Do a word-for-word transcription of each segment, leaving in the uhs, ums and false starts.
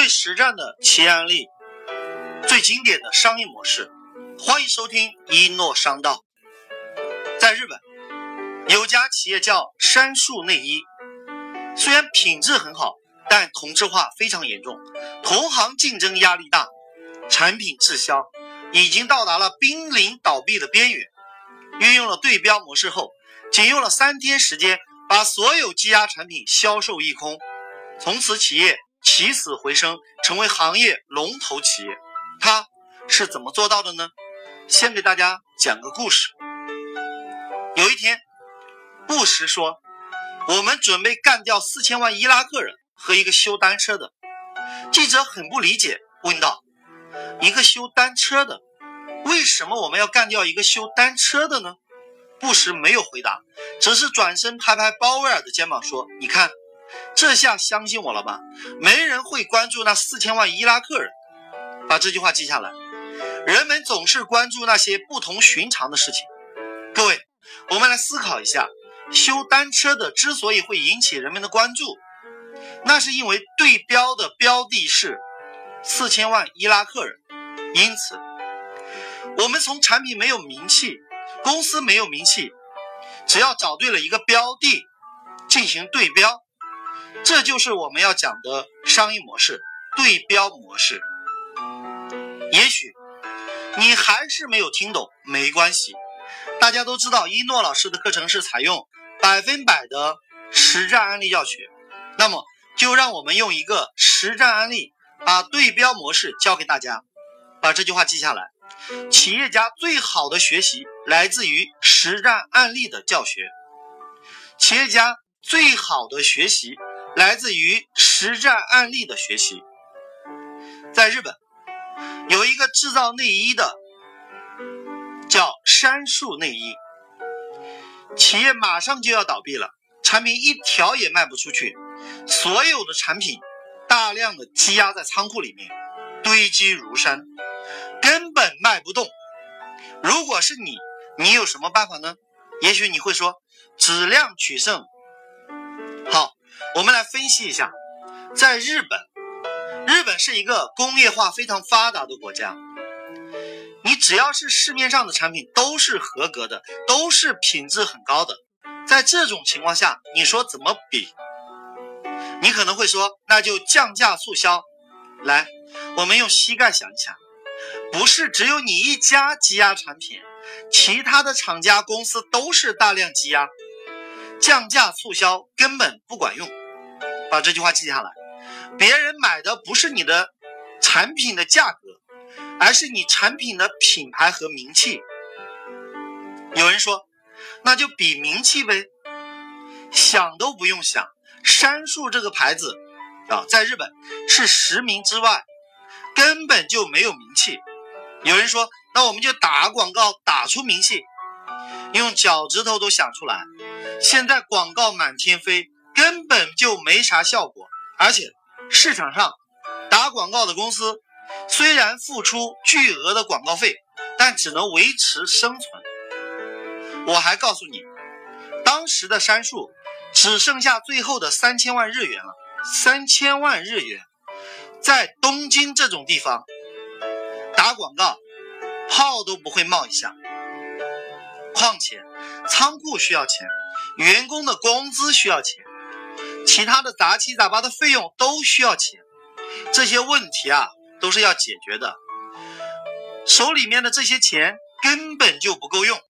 实战的企业案例，最经典的商业模式。欢迎收听一诺商道。在日本有家企业叫杉树内衣，虽然品质很好，但同质化非常严重，同行竞争压力大，产品滞销，已经到达了濒临倒闭的边缘。运用了对标模式后，仅用了三天时间把所有积压产品销售一空，从此企业起死回生，成为行业龙头企业。它是怎么做到的呢？先给大家讲个故事。有一天，布什说，我们准备干掉四千万伊拉克人和一个修单车的。记者很不理解，问道，一个修单车的，为什么我们要干掉一个修单车的呢？布什没有回答，只是转身拍拍鲍威尔的肩膀说，你看，这下相信我了吧？没人会关注那四千万伊拉克人。把这句话记下来，人们总是关注那些不同寻常的事情。各位，我们来思考一下，修单车的之所以会引起人们的关注，那是因为对标的标的是四千万伊拉克人。因此，我们从产品没有名气，公司没有名气，只要找对了一个标的进行对标，这就是我们要讲的商业模式，对标模式。也许你还是没有听懂，没关系，大家都知道一诺老师的课程是采用百分百的实战案例教学，那么就让我们用一个实战案例把对标模式教给大家。把这句话记下来，企业家最好的学习来自于实战案例的教学。企业家最好的学习来自于实战案例的学习。在日本有一个制造内衣的叫杉树内衣，企业马上就要倒闭了，产品一条也卖不出去，所有的产品大量的积压在仓库里面，堆积如山，根本卖不动。如果是你，你有什么办法呢？也许你会说，质量取胜。好，我们来分析一下，在日本日本是一个工业化非常发达的国家，你只要是市面上的产品都是合格的，都是品质很高的。在这种情况下，你说怎么比？你可能会说，那就降价促销。来，我们用膝盖想一想，不是只有你一家积压产品，其他的厂家公司都是大量积压，降价促销根本不管用。把这句话记下来，别人买的不是你的产品的价格，而是你产品的品牌和名气。有人说，那就比名气呗。想都不用想，杉树这个牌子啊，在日本是十名之外，根本就没有名气。有人说，那我们就打广告打出名气，用脚趾头都想出来。现在广告满天飞，根本就没啥效果，而且市场上打广告的公司虽然付出巨额的广告费，但只能维持生存。我还告诉你，当时的杉树只剩下最后的三千万日元了。三千万日元，在东京这种地方打广告泡都不会冒一下。况且仓库需要钱，员工的工资需要钱，其他的杂七杂八的费用都需要钱，这些问题啊都是要解决的，手里面的这些钱根本就不够用。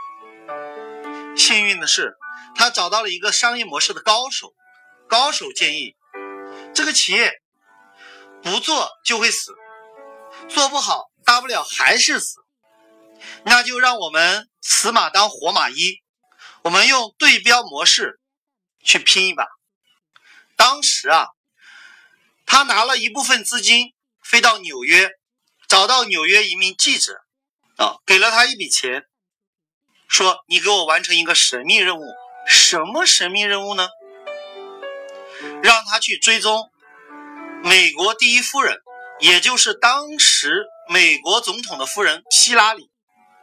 幸运的是，他找到了一个商业模式的高手，高手建议，这个企业不做就会死，做不好大不了还是死，那就让我们死马当活马医，我们用对标模式去拼一把。当时啊，他拿了一部分资金飞到纽约，找到纽约一名记者啊，给了他一笔钱，说你给我完成一个神秘任务。什么神秘任务呢？让他去追踪美国第一夫人，也就是当时美国总统的夫人希拉里，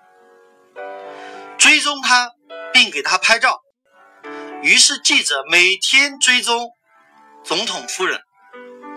追踪他并给他拍照。于是记者每天追踪总统夫人，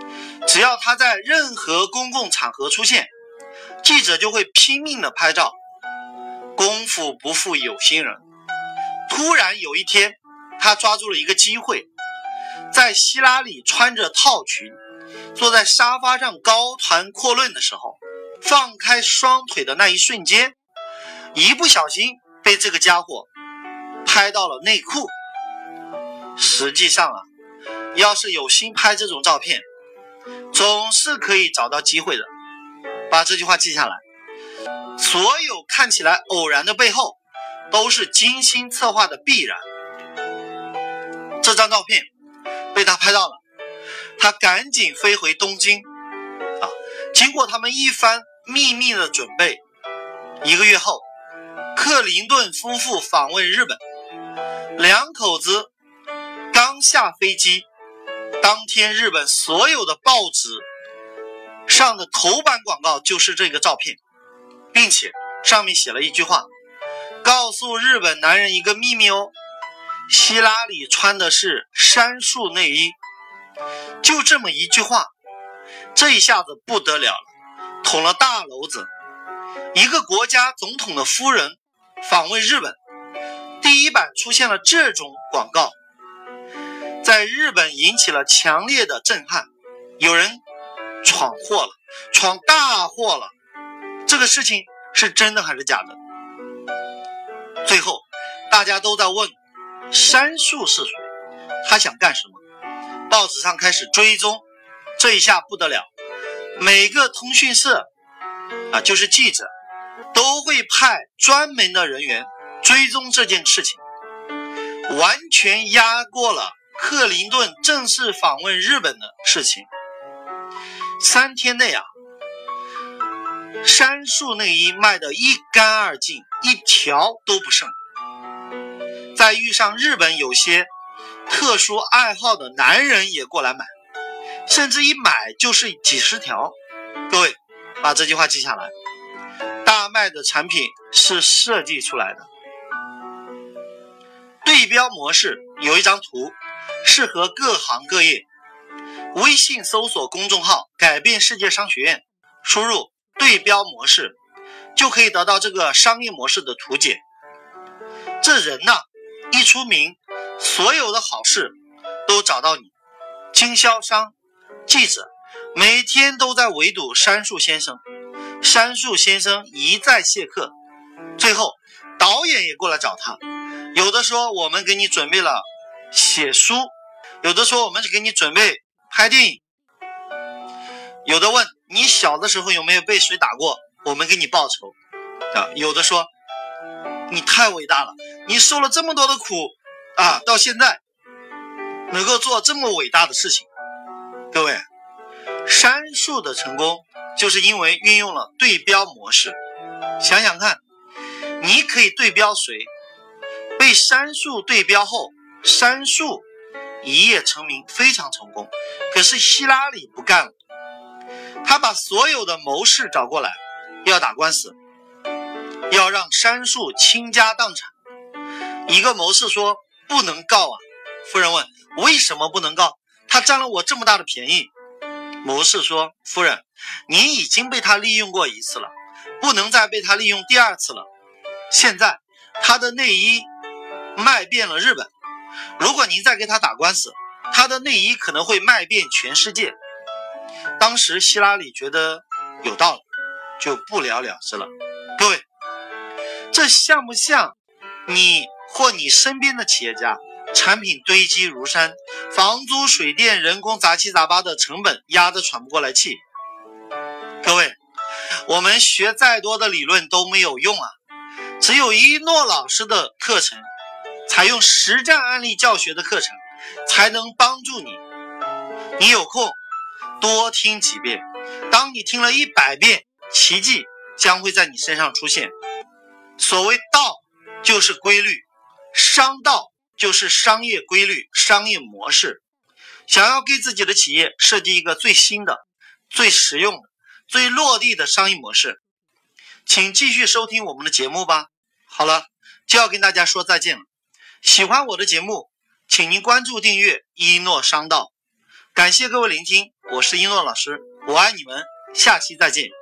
只要他在任何公共场合出现，记者就会拼命的拍照。功夫不负有心人，突然有一天，他抓住了一个机会，在希拉里穿着套裙坐在沙发上高谈阔论的时候，放开双腿的那一瞬间，一不小心被这个家伙拍到了内裤。实际上啊，要是有心拍这种照片，总是可以找到机会的。把这句话记下来，所有看起来偶然的背后，都是精心策划的必然。这张照片被他拍到了，他赶紧飞回东京啊！经过他们一番秘密的准备，一个月后，克林顿夫妇访问日本，两口子刚下飞机，当天日本所有的报纸上的头版广告就是这个照片，并且上面写了一句话，告诉日本男人一个秘密哦，希拉里穿的是杉树内衣。就这么一句话，这一下子不得了了，捅了大娄子。一个国家总统的夫人访问日本，第一版出现了这种广告，在日本引起了强烈的震撼。有人闯祸了，闯大祸了，这个事情是真的还是假的？最后大家都在问杉树是谁，他想干什么？报纸上开始追踪，这一下不得了，每个通讯社啊，就是记者都会派专门的人员追踪这件事情，完全压过了克林顿正式访问日本的事情。三天内啊，杉树内衣卖得一干二净，一条都不剩。再遇上日本有些特殊爱好的男人也过来买，甚至一买就是几十条。各位把这句话记下来，大卖的产品是设计出来的。对标模式有一张图，适合各行各业。微信搜索公众号改变世界商学院，输入对标模式，就可以得到这个商业模式的图解。这人呐、啊，一出名，所有的好事都找到你。经销商、记者每天都在围堵杉树先生，杉树先生一再谢客，最后导演也过来找他，有的说我们给你准备了写书，有的说我们给你准备拍电影，有的问你小的时候有没有被谁打过，我们给你报仇啊，有的说你太伟大了，你受了这么多的苦啊，到现在能够做这么伟大的事情。各位，杉树的成功就是因为运用了对标模式。想想看，你可以对标谁？被杉树对标后，杉树一夜成名，非常成功。可是希拉里不干了，他把所有的谋士找过来，要打官司，要让杉树倾家荡产。一个谋士说不能告啊。夫人问为什么不能告？他占了我这么大的便宜。谋士说，夫人，您已经被他利用过一次了，不能再被他利用第二次了。现在他的内衣卖遍了日本，如果您再给他打官司，他的内衣可能会卖遍全世界。当时希拉里觉得有道理，就不了了之了。各位，这像不像你或你身边的企业家，产品堆积如山，房租、水电、人工杂七杂八的成本压得喘不过来气？各位，我们学再多的理论都没有用啊，只有一诺老师的课程，采用实战案例教学的课程，才能帮助你。你有空多听几遍，当你听了一百遍，奇迹将会在你身上出现。所谓道就是规律，商道就是商业规律、商业模式。想要给自己的企业设计一个最新的、最实用的、最落地的商业模式，请继续收听我们的节目吧。好了，就要跟大家说再见了。喜欢我的节目，请您关注订阅一诺商道。 感谢各位聆听，我是一诺老师，我爱你们，下期再见。